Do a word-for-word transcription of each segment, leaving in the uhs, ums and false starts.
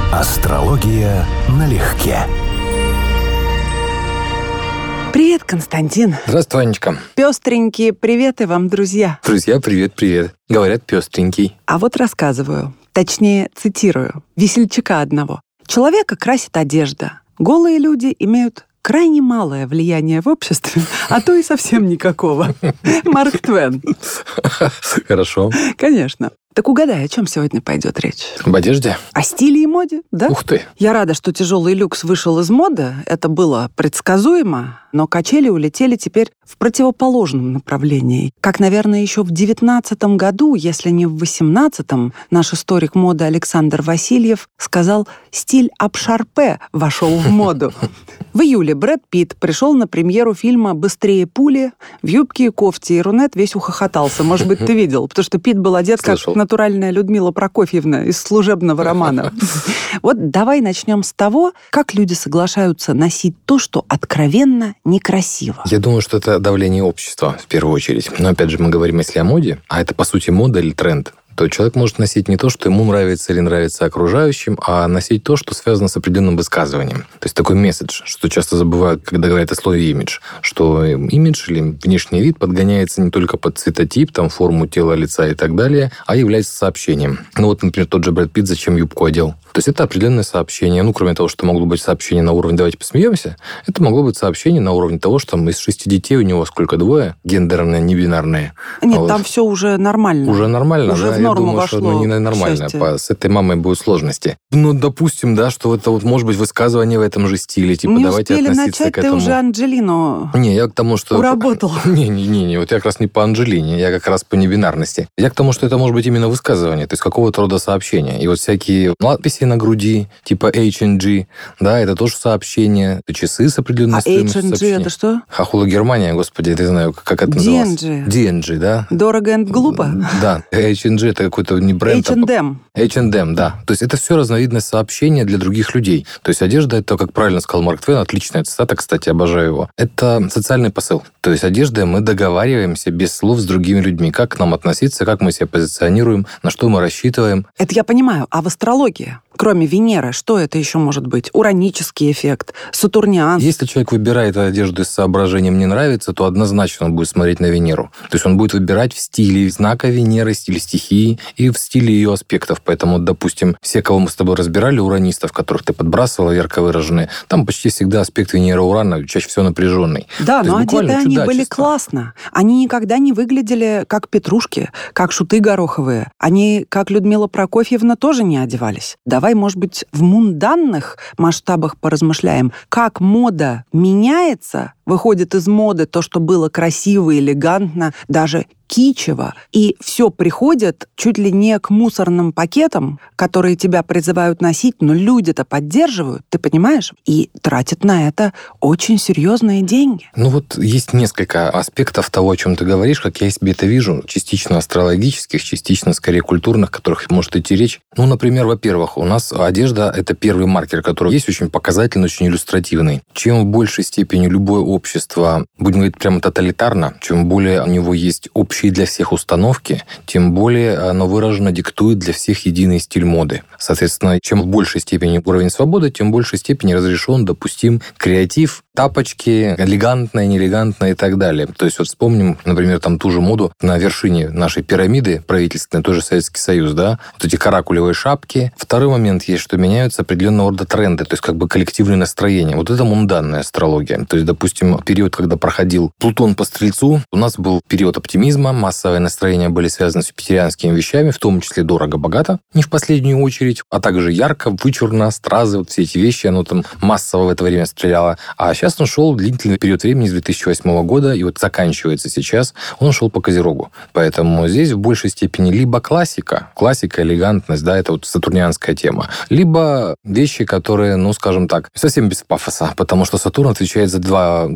Астрология налегке. Привет, Константин. Здравствуй, Анечка. Пестренькие приветы вам, друзья. Друзья, привет-привет. Говорят, пестренький. А вот рассказываю, точнее цитирую, весельчака одного. Человека красит одежда. Голые люди имеют крайне малое влияние в обществе, а то и совсем никакого. Марк Твен. Хорошо. Конечно. Так угадай, о чем сегодня пойдет речь? Об одежде? О стиле и моде, да? Ух ты. Я рада, что тяжелый люкс вышел из моды. Это было предсказуемо, но качели улетели теперь в противоположном направлении. Как, наверное, еще в девятнадцатом году, если не в восемнадцатом, наш историк моды Александр Васильев сказал, стиль абшарпе вошел в моду. В июле Брэд Питт пришел на премьеру фильма «Быстрее пули» в юбке и кофте, и Рунет весь ухохотался. Может быть, ты видел, потому что Питт был одет как Слышал. натуральная Людмила Прокофьевна из служебного романа. Вот давай начнем с того, как люди соглашаются носить то, что откровенно некрасиво. Я думаю, что это давление общества в первую очередь. Но опять же, мы говорим, если о моде, а это по сути мода или тренд, то человек может носить не то, что ему нравится или нравится окружающим, а носить то, что связано с определенным высказыванием. То есть такой месседж, что часто забывают, когда говорят о слове «имидж», что имидж или внешний вид подгоняется не только под цветотип, там, форму тела, лица и так далее, а является сообщением. Ну вот, например, тот же Брэд Питт зачем юбку одел. То есть это определенное сообщение. Ну, кроме того, что могло быть сообщение на уровне «давайте посмеемся», это могло быть сообщение на уровне того, что там из шести детей у него сколько, двое? Гендерные, небинарные. Нет, вот. Там все уже нормально. Уже нормально, уже да? в норму Я думаю, вошло, что ну, не нормально. По, с этой мамой будут сложности. Ну, допустим, да, что это вот может быть высказывание в этом же стиле. Типа, не давайте успели относиться начать, к этому. ты уже Анджелину Не, я к тому, что... уработал. Не-не-не, вот я как раз не по Анджелине, я как раз по небинарности. Я к тому, что это может быть именно высказывание, то есть какого-то рода сообщения. И вот всякие надписи на груди, типа эйч энд джи, да, это тоже сообщение. Это часы с определенной А стоимостью эйч энд джи сообщения. это что? Хохула Германия, господи, я не знаю, как это ди называлось. эн джи. ди эн джи, да? Дорого и глупо? Да, эйч энд джи это какой-то не бренд. эйч энд эм. эйч энд эм, да. То есть это все разновидность сообщения для других людей. То есть одежда, это, как правильно сказал Марк Твен, отличная цитата, кстати, обожаю его. Это социальный посыл. То есть одеждой мы договариваемся без слов с другими людьми. Как к нам относиться, как мы себя позиционируем, на что мы рассчитываем. Это я понимаю. А в астрологии, кроме Венеры, что это еще может быть? Уранический эффект, сатурнианский. Если человек выбирает одежду с соображением «не нравится», то однозначно он будет смотреть на Венеру. То есть он будет выбирать в стиле знака Венеры, стиле стихии и в стиле ее аспектов. Поэтому, допустим, все, кого мы с тобой разбирали, уранистов, которых ты подбрасывала, ярко выраженные, там почти всегда аспект Венера-Урана чаще всего напряженный. Да, То но есть одеты они были чудачество. классно. Они никогда не выглядели как петрушки, как шуты гороховые. Они, как Людмила Прокофьевна, тоже не одевались. Давай, может быть, в мунданных масштабах поразмышляем, как мода меняется, выходит из моды то, что было красиво, элегантно, даже кичево, и все приходит чуть ли не к мусорным пакетам, которые тебя призывают носить, но люди-то поддерживают, ты понимаешь? И тратят на это очень серьезные деньги. Ну вот есть несколько аспектов того, о чем ты говоришь, как я себе это вижу, частично астрологических, частично скорее культурных, о которых может идти речь. Ну, например, во-первых, у нас одежда — это первый маркер, который есть очень показательный, очень иллюстративный. Чем в большей степени любое общество, будем говорить прямо тоталитарно, чем более у него есть общие для всех установки, тем более оно выраженно диктует для всех единый стиль моды. Соответственно, чем в большей степени уровень свободы, тем в большей степени разрешен, допустим, креатив, тапочки, элегантное, неэлегантное и так далее. То есть вот вспомним, например, там ту же моду на вершине нашей пирамиды правительственной, тоже Советский Союз, да, вот эти каракулевые шапки. Второй момент есть, что меняются определенного рода тренды, то есть как бы коллективные настроения. Вот это мунданная астрология. То есть, допустим, период, когда проходил Плутон по Стрельцу, у нас был период оптимизма, массовые настроения были связаны с юпитерианскими вещами, в том числе дорого-богато, не в последнюю очередь, а также ярко, вычурно, стразы, вот все эти вещи, оно там массово в это время стреляло. А сейчас он шел длительный период времени с две тысячи восьмого года, и вот заканчивается сейчас, он шел по Козерогу. Поэтому здесь в большей степени либо классика, классика, элегантность, да, это вот сатурнианская тема, либо вещи, которые, ну, скажем так, совсем без пафоса, потому что Сатурн отвечает за два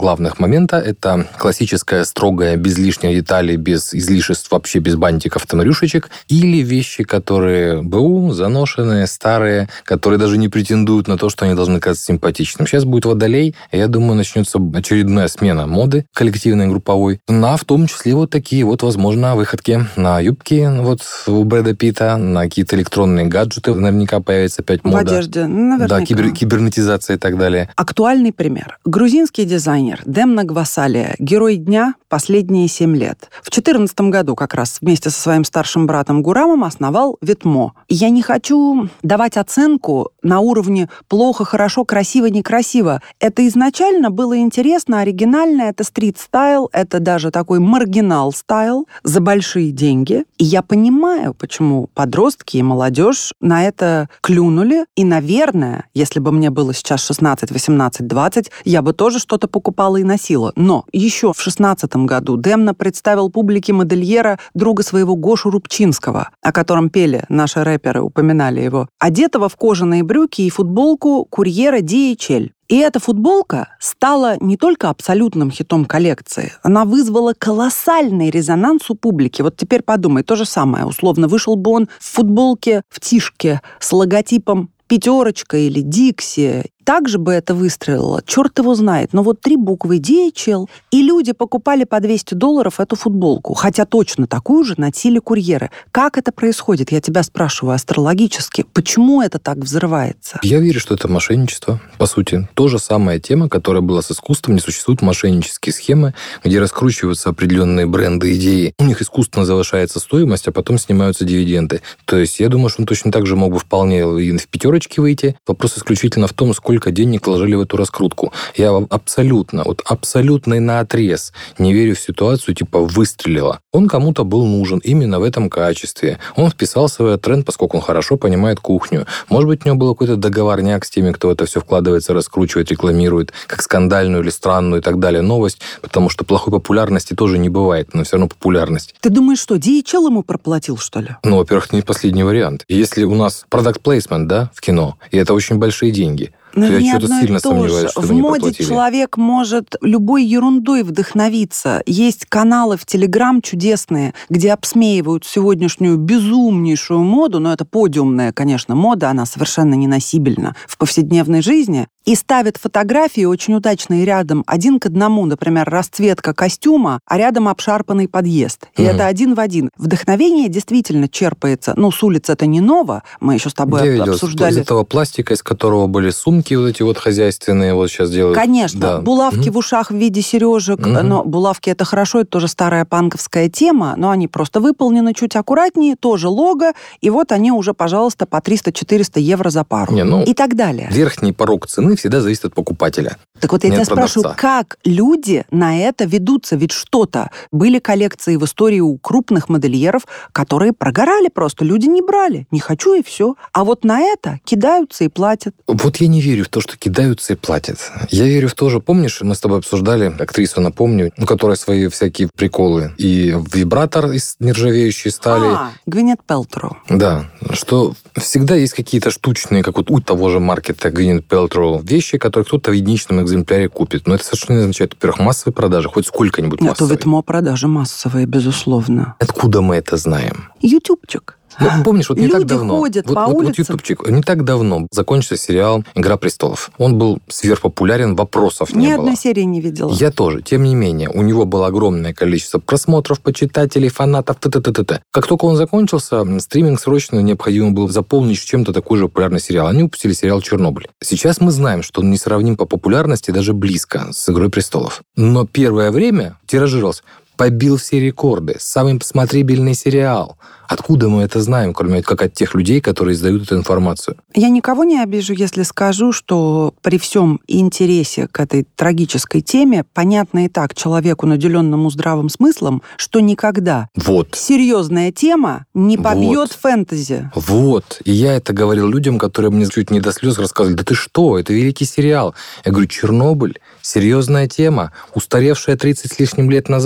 главных момента. Это классическая, строгая, без лишних деталей, без излишеств, вообще без бантиков, там, рюшечек. Или вещи, которые БУ, заношенные, старые, которые даже не претендуют на то, что они должны казаться симпатичным. Сейчас будет Водолей, и я думаю, начнется очередная смена моды коллективной, групповой. На в том числе вот такие вот, возможно, выходки на юбки вот у Брэда Питта, на какие-то электронные гаджеты. Наверняка появится опять мода. В одежде, наверняка. Да, кибер, кибернетизация и так далее. Актуальный пример. Грузинский дизайнер Демна Гвасалия, герой дня последние семь лет. В две тысячи четырнадцатом году как раз вместе со своим старшим братом Гурамом основал Ветмо. Я не хочу давать оценку на уровне плохо, хорошо, красиво, некрасиво. Это изначально было интересно, оригинально, это стрит-стайл, это даже такой маргинал-стайл за большие деньги. И я понимаю, почему подростки и молодежь на это клюнули. И, наверное, если бы мне было сейчас шестнадцать, восемнадцать, двадцать, я бы тоже что-то покупала и носила. Но еще в шестнадцатом году Демна представил публике модельера друга своего Гошу Рубчинского, о котором пели наши рэперы, упоминали его, одетого в кожаные брюки и футболку курьера ди эйч эл. И эта футболка стала не только абсолютным хитом коллекции, она вызвала колоссальный резонанс у публики. Вот теперь подумай, то же самое. Условно, вышел бы он в футболке, в тишке с логотипом «Пятерочка» или «Дикси». Также бы это выстрелило, черт его знает. Но вот три буквы ди эйч эл, и люди покупали по двести долларов эту футболку. Хотя точно такую же носили курьеры. Как это происходит? Я тебя спрашиваю астрологически. Почему это так взрывается? Я верю, что это мошенничество, по сути. То же самая тема, которая была с искусством. Не существуют мошеннические схемы, где раскручиваются определенные бренды, идеи. У них искусственно завышается стоимость, а потом снимаются дивиденды. То есть я думаю, что он точно так же мог бы вполне и в пятерочке выйти. Вопрос исключительно в том, сколько сколько денег вложили в эту раскрутку. Я абсолютно, вот абсолютно наотрез не верю в ситуацию, типа выстрелила. Он кому-то был нужен именно в этом качестве. Он вписался в этот тренд, поскольку он хорошо понимает кухню. Может быть, у него был какой-то договорняк с теми, кто это все вкладывается, раскручивает, рекламирует, как скандальную или странную и так далее новость, потому что плохой популярности тоже не бывает, но все равно популярность. Ты думаешь, что ди эйч эл ему проплатил, что ли? Ну, во-первых, не последний вариант. Если у нас product placement, да, в кино, и это очень большие деньги, но я не что-то одно и сильно то сомневаюсь, же. что В вы не моде проплатили. человек может любой ерундой вдохновиться. Есть каналы в Телеграм чудесные, где обсмеивают сегодняшнюю безумнейшую моду, но это подиумная, конечно, мода, она совершенно неносибельна в повседневной жизни, и ставят фотографии очень удачные рядом, один к одному, например, расцветка костюма, а рядом обшарпанный подъезд. И mm-hmm. это один в один. Вдохновение действительно черпается. Ну, с улицы это не ново, мы еще с тобой Я обсуждали. Видел, из этого пластика, из которого были сумки вот эти вот хозяйственные, вот сейчас делают. Конечно. Да. Булавки mm-hmm. в ушах в виде сережек, mm-hmm. но булавки это хорошо, это тоже старая панковская тема, но они просто выполнены чуть аккуратнее, тоже лого, и вот они уже, пожалуйста, по триста-четыреста евро за пару. Не, ну, и так далее. Верхний порог цены всегда зависит от покупателя. Так вот я тебя спрашиваю, как люди на это ведутся? Ведь что-то. Были коллекции в истории у крупных модельеров, которые прогорали просто. Люди не брали. Не хочу и все. А вот на это кидаются и платят. Вот я не верю в то, что кидаются и платят. Я верю в то же, помнишь, мы с тобой обсуждали актрису, напомню, у которой свои всякие приколы. И вибратор из нержавеющей стали. А, Гвинет Пэлтроу. Да, что всегда есть какие-то штучные, как вот у того же маркета Гвинет Пэлтроу, вещи, которые кто-то в единичном экземпляре купит. Но это совершенно не означает, во-первых, массовые продажи, хоть сколько-нибудь Нет, массовые. у Ветмо продажи массовые, безусловно. Откуда мы это знаем? Ютубчик. Ну, помнишь, вот не Люди так давно... ходят вот, по вот, улицам. Вот ютубчик. Не так давно закончился сериал «Игра престолов». Он был сверхпопулярен, вопросов не Ни было. одной серии не видела. Я тоже. Тем не менее, у него было огромное количество просмотров, почитателей, фанатов, т-т-т-т. Как только он закончился, стриминг срочно необходимо было заполнить чем-то такой же популярный сериал. Они выпустили сериал «Чернобыль». Сейчас мы знаем, что он не сравним по популярности даже близко с «Игрой престолов». Но первое время тиражировался, побил все рекорды, самый посмотрибельный сериал. Откуда мы это знаем, кроме как от тех людей, которые издают эту информацию? Я никого не обижу, если скажу, что при всем интересе к этой трагической теме понятно и так человеку, наделенному здравым смыслом, что никогда вот. серьезная тема не побьет вот. фэнтези. Вот. И я это говорил людям, которые мне чуть не до слез рассказывали. Да ты что, это великий сериал. Я говорю, Чернобыль, серьезная тема, устаревшая тридцать с лишним лет назад,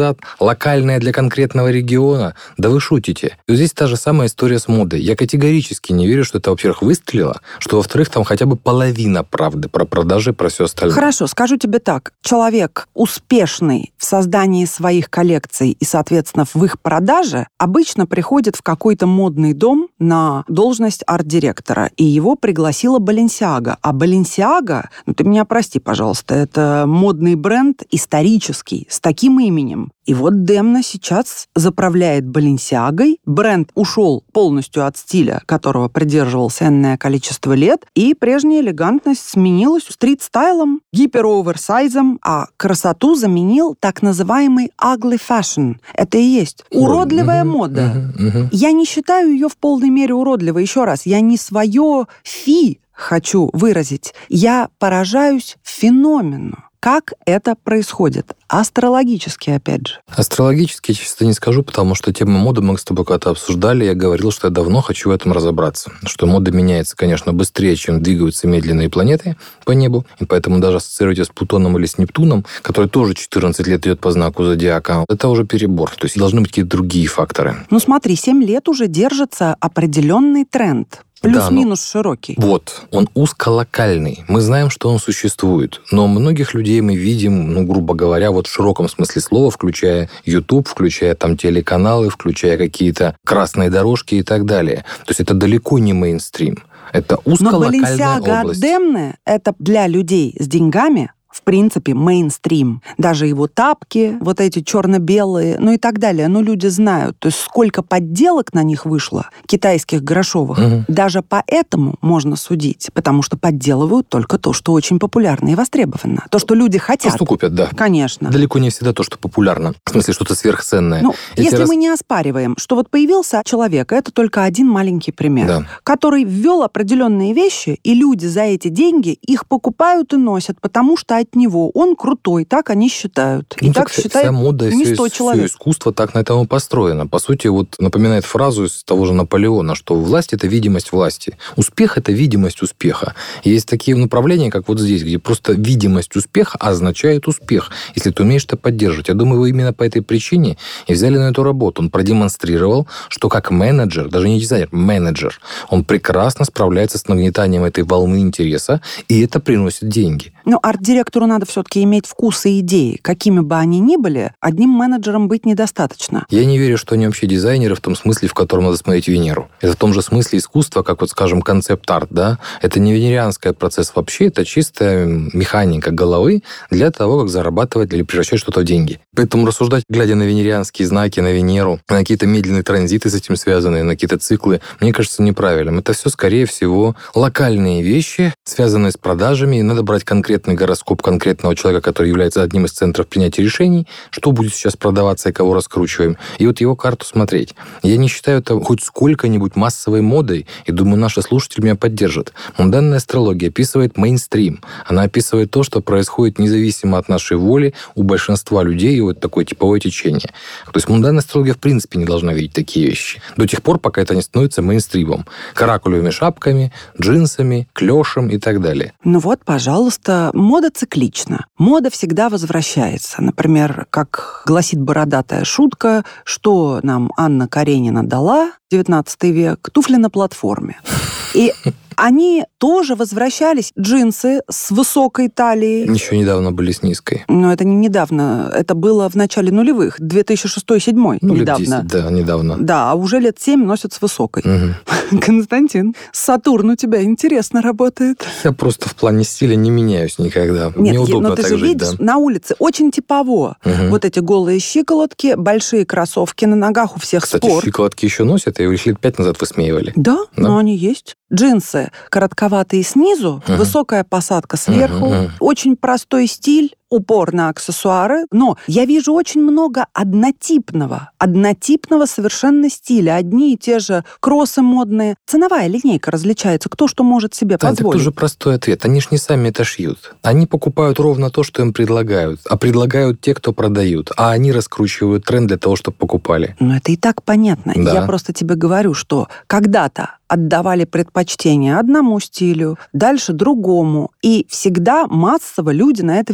Локальная для конкретного региона? Да вы шутите. И вот здесь та же самая история с модой. Я категорически не верю, что это, во-первых, выстрелило, что, во-вторых, там хотя бы половина правды про продажи, про все остальное. Хорошо, скажу тебе так. Человек, успешный в создании своих коллекций и, соответственно, в их продаже, обычно приходит в какой-то модный дом на должность арт-директора, и его пригласила Balenciaga. А Balenciaga, ну ты меня прости, пожалуйста, это модный бренд исторический, с таким именем. И вот Демна сейчас заправляет Balenciaga'й. Бренд ушел полностью от стиля, которого придерживался энное количество лет, и прежняя элегантность сменилась стрит-стайлом, гипер-оверсайзом, а красоту заменил так называемый ugly fashion. Это и есть уродливая угу, мода. Угу, угу. Я не считаю ее в полной мере уродливой. Еще раз, я не свое фи хочу выразить. Я поражаюсь феномену. Как это происходит? Астрологически, опять же. Астрологически, честно не скажу, потому что тему моды мы с тобой когда-то обсуждали, я говорил, что я давно хочу в этом разобраться. Что мода меняется, конечно, быстрее, чем двигаются медленные планеты по небу, и поэтому даже ассоциировать ее с Плутоном или с Нептуном, который тоже четырнадцать лет идет по знаку зодиака, это уже перебор. То есть должны быть какие-то другие факторы. Ну смотри, семь лет уже держится определенный тренд. Плюс-минус да, широкий. Вот, он узколокальный. Мы знаем, что он существует. Но многих людей мы видим, ну, грубо говоря, вот в широком смысле слова, включая YouTube, включая там телеканалы, включая какие-то красные дорожки и так далее. То есть это далеко не мейнстрим. Это узколокальная Но область. Но Balenciaga это для людей с деньгами, в принципе, мейнстрим. Даже его тапки, вот эти черно-белые, ну и так далее. Ну, люди знают. То есть сколько подделок на них вышло, китайских грошовых. Угу. Даже поэтому можно судить, потому что подделывают только то, что очень популярно и востребовано. То, что люди хотят. То, что купят, да. Конечно. Далеко не всегда то, что популярно. В смысле, что-то сверхценное. Ну, Эти если раз... мы не оспариваем, что вот появился человек, это только один маленький пример, да. который ввел определенные вещи, и люди за эти деньги их покупают и носят, потому что от него он крутой, так они считают. И ну, так вся, считает вся мода, не все, сто человек. Все искусство так на этом и построено. По сути, вот напоминает фразу из того же Наполеона, что власть – это видимость власти. Успех – это видимость успеха. И есть такие направления, как вот здесь, где просто видимость успеха означает успех, если ты умеешь это поддерживать. Я думаю, вы именно по этой причине и взяли на эту работу. Он продемонстрировал, что как менеджер, даже не дизайнер, менеджер, он прекрасно справляется с нагнетанием этой волны интереса, и это приносит деньги. Но арт-директору надо все-таки иметь вкус и идеи. Какими бы они ни были, одним менеджером быть недостаточно. Я не верю, что они вообще дизайнеры в том смысле, в котором надо смотреть Венеру. Это в том же смысле искусства, как вот, скажем, концепт-арт, да? Это не венерианский процесс вообще, это чистая механика головы для того, как зарабатывать или превращать что-то в деньги. Поэтому рассуждать, глядя на венерианские знаки, на Венеру, на какие-то медленные транзиты с этим связанные, на какие-то циклы, мне кажется неправильным. Это все, скорее всего, локальные вещи, связанные с продажами, и надо брать конкретно гороскоп конкретного человека, который является одним из центров принятия решений, что будет сейчас продаваться и кого раскручиваем, и вот его карту смотреть. Я не считаю это хоть сколько-нибудь массовой модой, и думаю, наши слушатели меня поддержат. Мунданная астрология описывает мейнстрим. Она описывает то, что происходит независимо от нашей воли у большинства людей, и вот такое типовое течение. То есть мунданная астрология в принципе не должна видеть такие вещи. До тех пор, пока это не становится мейнстримом. Каракулевыми шапками, джинсами, клешем и так далее. Ну вот, пожалуйста, мода циклична. Мода всегда возвращается. Например, как гласит бородатая шутка, что нам Анна Каренина дала, девятнадцатый век, туфли на платформе. И они тоже возвращались. Джинсы с высокой талией. Еще недавно были с низкой. Но это не недавно. Это было в начале нулевых. две тысячи шестой-две тысячи седьмой. Ну, недавно. лет десять, да, недавно. Да, а уже лет семь носят с высокой. Угу. Константин, Сатурн у тебя интересно работает. Я просто в плане стиля не меняюсь никогда. Нет, Мне удобно но ты так же жить, видишь, да. на улице очень типово. Угу. Вот эти голые щиколотки, большие кроссовки, на ногах у всех Кстати, спорт. щиколотки еще носят, и их лет пять назад высмеивали. Да, Да. но они есть. Джинсы коротковатые снизу, Угу. высокая посадка сверху, Угу, угу. очень простой стиль, упор на аксессуары. Но я вижу очень много однотипного, однотипного совершенно стиля. Одни и те же кроссы модные. Ценовая линейка различается, кто что может себе Да, это позволить. тоже простой ответ. Они ж не сами это шьют. Они покупают ровно то, что им предлагают. А предлагают те, кто продают. А они раскручивают тренд для того, чтобы покупали. Ну, это и так понятно. Да. Я просто тебе говорю, что когда-то отдавали предпочтение одному стилю, дальше другому. И всегда массово люди на это велись.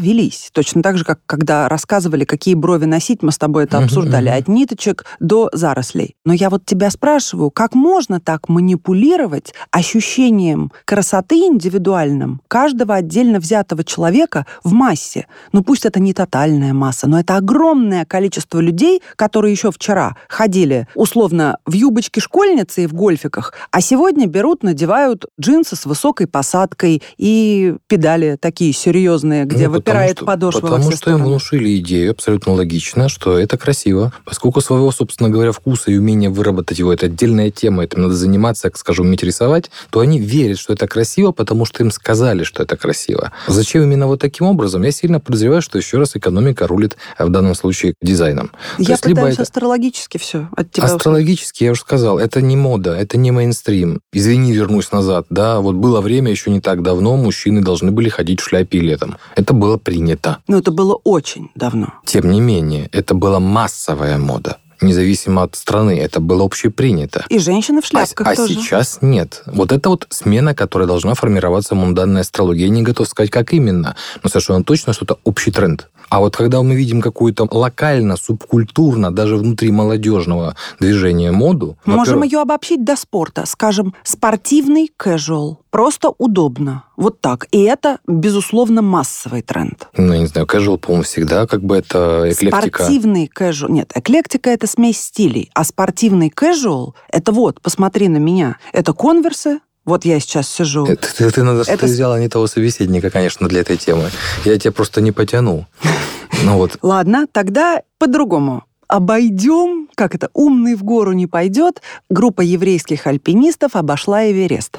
менялись. Точно так же, как когда рассказывали, какие брови носить, мы с тобой это обсуждали, от ниточек до зарослей. Но я вот тебя спрашиваю, как можно так манипулировать ощущением красоты индивидуальным каждого отдельно взятого человека в массе? Ну пусть это не тотальная масса, но это огромное количество людей, которые еще вчера ходили условно в юбочке школьницы и в гольфиках, а сегодня берут, надевают джинсы с высокой посадкой и педали такие серьезные, где ну, выпирает что, подошва во все Потому что стороны. им внушили идею, абсолютно логично, что это красиво. Поскольку своего, собственно говоря, вкуса и умения выработать его, это отдельная тема, этим надо заниматься, как скажем, уметь рисовать, то они верят, что это красиво, потому что им сказали, что это красиво. Зачем именно вот таким образом? Я сильно подозреваю, что еще раз экономика рулит в данном случае дизайном. Я пытаюсь это... астрологически все от тебя Астрологически, услышать. Я уже сказал, это не мода, это не мейнстрим. Извини, вернусь назад. Да, вот было время еще не так давно, мужчины должны были ходить в шляпе летом. Это было принято. Но это было очень давно. Тем не менее, это была массовая мода. Независимо от страны, это было общепринято. И женщины в шляпках а, тоже. А сейчас нет. Вот это вот смена, которая должна формироваться в мунданной астрологии. Я не готов сказать, как именно, но совершенно точно что-то общий тренд. А вот когда мы видим какую-то локально, субкультурно, даже внутри молодежного движения моду... Можем ее обобщить до спорта. Скажем, спортивный casual. Просто удобно. Вот так. И это, безусловно, массовый тренд. Ну, я не знаю, casual, по-моему, всегда как бы это эклектика. Спортивный casual... Нет, эклектика — это смесь стилей. А спортивный casual — это вот, посмотри на меня. Это конверсы. Вот я сейчас сижу. Это, ты, ты надо, что это... ты взяла не того собеседника, конечно, для этой темы. Я тебя просто не потяну. Ну, вот. Ладно, тогда по-другому. Обойдем, как это, умный в гору не пойдет, группа еврейских альпинистов обошла Эверест.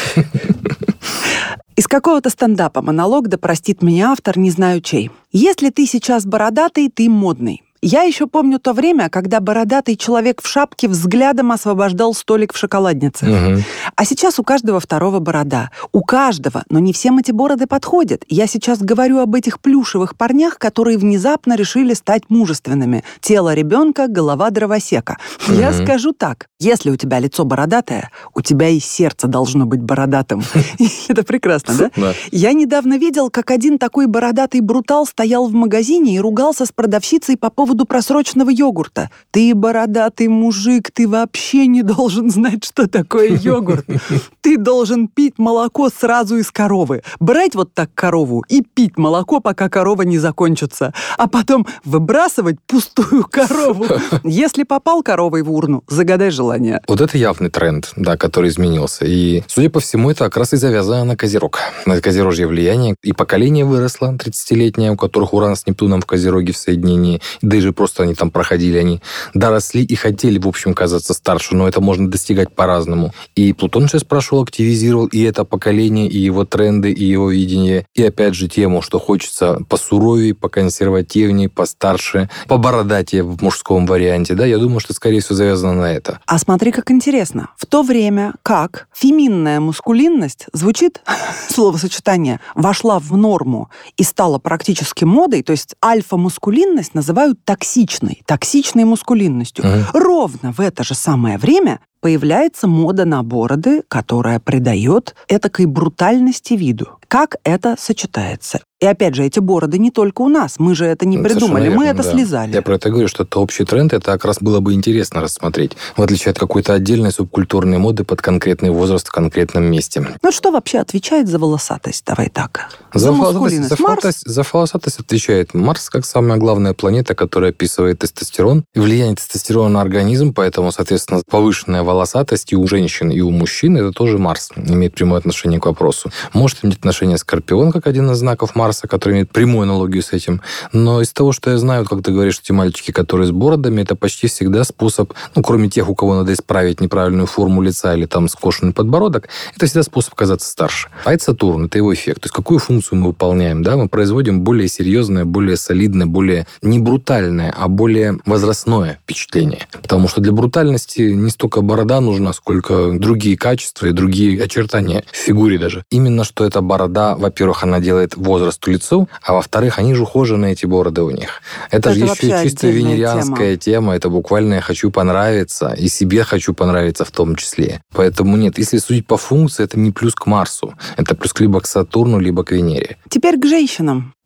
Из какого-то стендапа монолог, да простит меня автор, не знаю чей. Если ты сейчас бородатый, ты модный. Я еще помню то время, когда бородатый человек в шапке взглядом освобождал столик в шоколаднице. Угу. А сейчас у каждого второго борода. У каждого, но не всем эти бороды подходят. Я сейчас говорю об этих плюшевых парнях, которые внезапно решили стать мужественными. Тело ребенка, голова дровосека. Угу. Я скажу так. Если у тебя лицо бородатое, у тебя и сердце должно быть бородатым. Это прекрасно, да? Да. Я недавно видел, как один такой бородатый брутал стоял в магазине и ругался с продавщицей по поводу просроченного йогурта. Ты, бородатый мужик, ты вообще не должен знать, что такое йогурт. Ты должен пить молоко сразу из коровы. Брать вот так корову и пить молоко, пока корова не закончится. А потом выбрасывать пустую корову. Если попал коровой в урну, загадай желание. Вот это явный тренд, да, который изменился. И, судя по всему, это как раз и завязано на Козерог. На Козерожье влияние. И поколение выросло тридцатилетнее, у которых Уран с Нептуном в Козероге в соединении. Да и же просто они там проходили, они доросли и хотели, в общем, казаться старше, но это можно достигать по-разному. И Плутон сейчас прошел, активизировал и это поколение, и его тренды, и его видение. И опять же тему, что хочется посуровее, поконсервативнее, постарше, побородатее в мужском варианте. Да, я думаю, что, скорее всего, завязано на это. А смотри, как интересно. В то время как феминная мускулинность, звучит словосочетание, вошла в норму и стала практически модой, то есть альфа-мускулинность называют токсичной, токсичной мускулинностью. Uh-huh. Ровно в это же самое время появляется мода на бороды, которая придает этакой брутальности виду. Как это сочетается? И опять же, эти бороды не только у нас. Мы же это не придумали, верно, мы это да. слезали. Я про это говорю, что это общий тренд, это как раз было бы интересно рассмотреть, в отличие от какой-то отдельной субкультурной моды под конкретный возраст в конкретном месте. Ну что вообще отвечает за волосатость? Давай так. За, за волосатость, за, волосатость, за волосатость отвечает Марс, как самая главная планета, которая описывает тестостерон. И влияние тестостерона на организм, поэтому, соответственно, повышенная волосатость и у женщин, и у мужчин, это тоже Марс, имеет прямое отношение к вопросу. Может иметь отношение Скорпион, как один из знаков Марса, который имеет прямую аналогию с этим. Но из того, что я знаю, как ты говоришь, эти мальчики, которые с бородами, это почти всегда способ, ну, кроме тех, у кого надо исправить неправильную форму лица или там скошенный подбородок, это всегда способ казаться старше. А это Сатурн, это его эффект. То есть какую функцию мы выполняем? Да? Мы производим более серьезное, более солидное, более не брутальное, а более возрастное впечатление. Потому что для брутальности не столько борода нужна, сколько другие качества и другие очертания в фигуре даже. Именно что эта борода, во-первых, она делает возраст лицу, а во-вторых, они же ухоженные, эти бороды у них. Это, это же еще чисто венерианская тема. тема. Это буквально я хочу понравиться, и себе хочу понравиться в том числе. Поэтому нет, если судить по функции, это не плюс к Марсу. Это плюс либо к Сатурну, либо к Венере. Теперь к женщинам.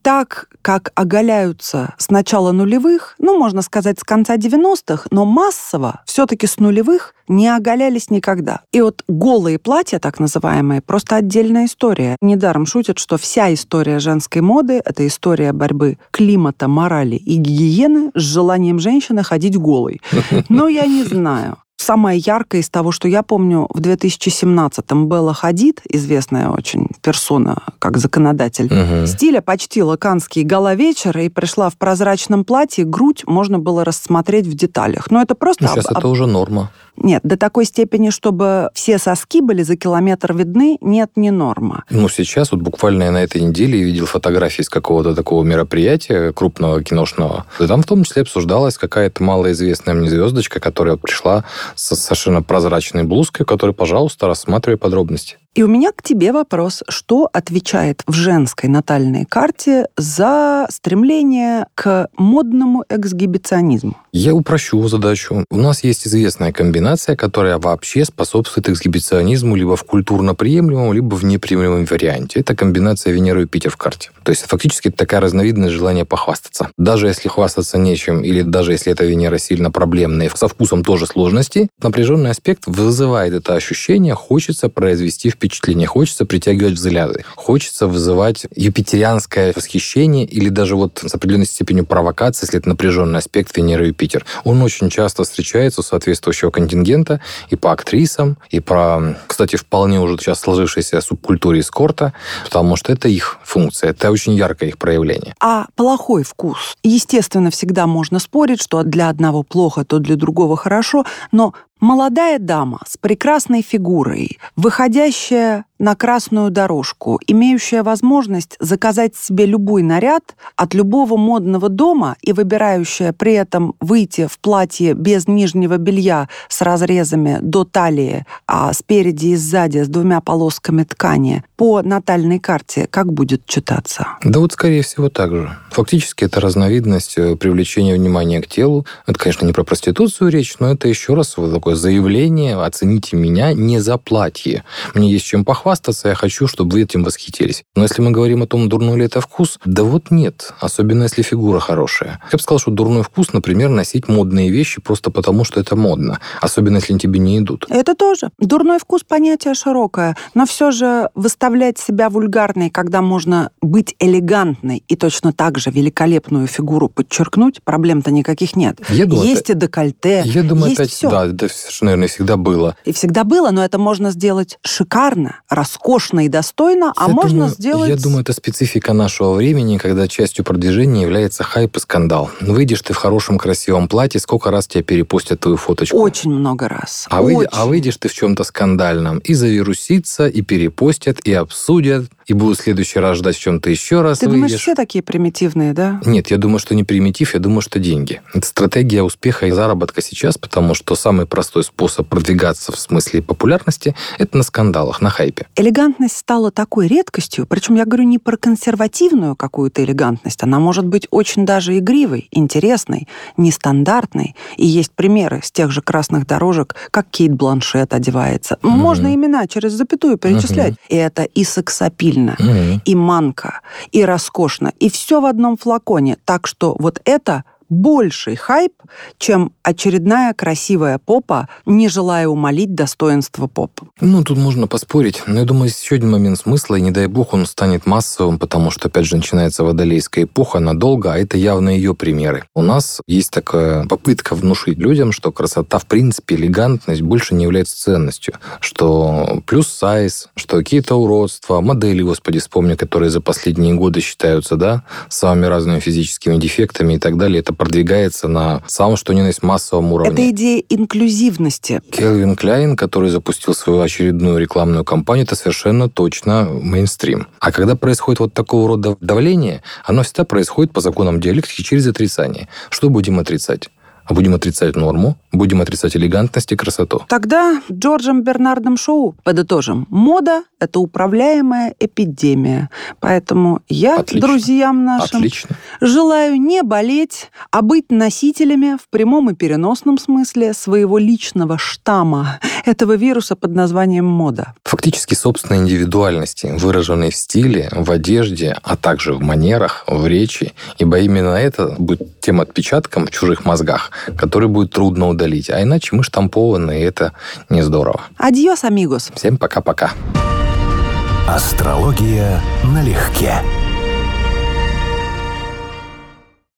так, как оголяются с начала нулевых, ну, можно сказать, с конца девяностых, но массово все-таки с нулевых не оголялись никогда. И вот голые платья, так называемые, просто отдельная история. Недаром шутят, что вся история женской моды — это история борьбы климата, морали и гигиены с желанием женщины ходить голой. Но я не знаю. Самое яркое из того, что я помню, в две тысячи семнадцатом Белла Хадид, известная очень персона, как законодатель угу. стиля, почтила каннский гала-вечер и пришла в прозрачном платье, грудь можно было рассмотреть в деталях. Но это просто... Ну, сейчас об... это уже норма. Нет, до такой степени, чтобы все соски были за километр видны, нет, не норма. Ну, сейчас, вот буквально я на этой неделе видел фотографии с какого-то такого мероприятия крупного киношного. И там в том числе обсуждалась какая-то малоизвестная мне звездочка, которая пришла с совершенно прозрачной блузкой, которой, пожалуйста, рассматривай подробности. И у меня к тебе вопрос. Что отвечает в женской натальной карте за стремление к модному эксгибиционизму? Я упрощу задачу. У нас есть известная комбинация, которая вообще способствует эксгибиционизму либо в культурно приемлемом, либо в неприемлемом варианте. Это комбинация Венера и Юпитер в карте. То есть фактически это такая разновидность желания похвастаться. Даже если хвастаться нечем, или даже если эта Венера сильно проблемная, со вкусом тоже сложности, напряженный аспект вызывает это ощущение, хочется произвести впечатление. Впечатление. Хочется притягивать взгляды. Хочется вызывать юпитерианское восхищение или даже вот с определенной степенью провокации, если это напряженный аспект Венера-Юпитер. Он очень часто встречается у соответствующего контингента и по актрисам, и по, кстати, вполне уже сейчас сложившейся субкультуре эскорта, потому что это их функция, это очень яркое их проявление. А плохой вкус? Естественно, всегда можно спорить, что для одного плохо, то для другого хорошо, но молодая дама с прекрасной фигурой, выходящая на красную дорожку, имеющая возможность заказать себе любой наряд от любого модного дома и выбирающая при этом выйти в платье без нижнего белья с разрезами до талии, а спереди и сзади с двумя полосками ткани, по натальной карте как будет читаться? Да вот, скорее всего, так же. Фактически это разновидность привлечения внимания к телу. Это, конечно, не про проституцию речь, но это еще раз вот такое заявление: оцените меня не за платье. Мне есть чем похвастаться, я хочу, чтобы вы этим восхитились. Но если мы говорим о том, дурной ли это вкус, да вот нет. Особенно если фигура хорошая. Я бы сказал, что дурной вкус, например, носить модные вещи просто потому, что это модно. Особенно, если они тебе не идут. Это тоже. Дурной вкус — понятие широкое. Но все же выставлять себя вульгарной, когда можно быть элегантной и точно так же великолепную фигуру подчеркнуть, проблем-то никаких нет. Я думаю, есть это... и декольте, я думаю, есть это... все. Да, это совершенно, наверное, всегда было. И всегда было, но это можно сделать шикарно, роскошно и достойно, а я можно думаю, сделать... Я думаю, это специфика нашего времени, когда частью продвижения является хайп и скандал. Выйдешь ты в хорошем красивом платье, сколько раз тебя перепостят твою фоточку? Очень много раз. А, Очень. Выйдешь, а выйдешь ты в чем-то скандальном, и завирусится, и перепостят, и обсудят, и будут в следующий раз ждать в чем-то еще раз. Ты выйдешь. думаешь, все такие примитивные, да? Нет, я думаю, что не примитив, я думаю, что деньги. Это стратегия успеха и заработка сейчас, потому что самый простой способ продвигаться в смысле популярности – это на скандалах, на хайпе. Элегантность стала такой редкостью, причем я говорю не про консервативную какую-то элегантность, она может быть очень даже игривой, интересной, нестандартной. И есть примеры с тех же красных дорожек, как Кейт Бланшетт одевается. Угу. Можно имена через запятую перечислять. Угу. И это и сексапильно, угу. и манко, и роскошно, и все в одном флаконе. Так что вот это больший хайп, чем очередная красивая попа, не желая умалить достоинство поп. Ну, тут можно поспорить, но я думаю, есть еще один момент смысла, и не дай бог он станет массовым, потому что, опять же, начинается водолейская эпоха надолго, а это явно ее примеры. У нас есть такая попытка внушить людям, что красота, в принципе, элегантность больше не является ценностью, что плюс-сайз, что какие-то уродства, модели, господи, вспомни, которые за последние годы считаются, да, самыми разными физическими дефектами и так далее, это продвигается на самом, что ни на есть, массовом уровне. Это идея инклюзивности. Кельвин Кляйн, который запустил свою очередную рекламную кампанию, это совершенно точно мейнстрим. А когда происходит вот такого рода давление, оно всегда происходит по законам диалектики через отрицание. Что будем отрицать? а будем отрицать норму, будем отрицать элегантность и красоту. Тогда Джорджем Бернардом Шоу подытожим. Мода – это управляемая эпидемия. Поэтому я Отлично. друзьям нашим Отлично. желаю не болеть, а быть носителями в прямом и переносном смысле своего личного штамма этого вируса под названием мода. Фактически собственной индивидуальности, выраженной в стиле, в одежде, а также в манерах, в речи. Ибо именно это будет тем отпечатком в чужих мозгах, который будет трудно удалить. А иначе мы штампованы, и это не здорово. Адьос, амигос. Всем пока-пока. Астрология налегке.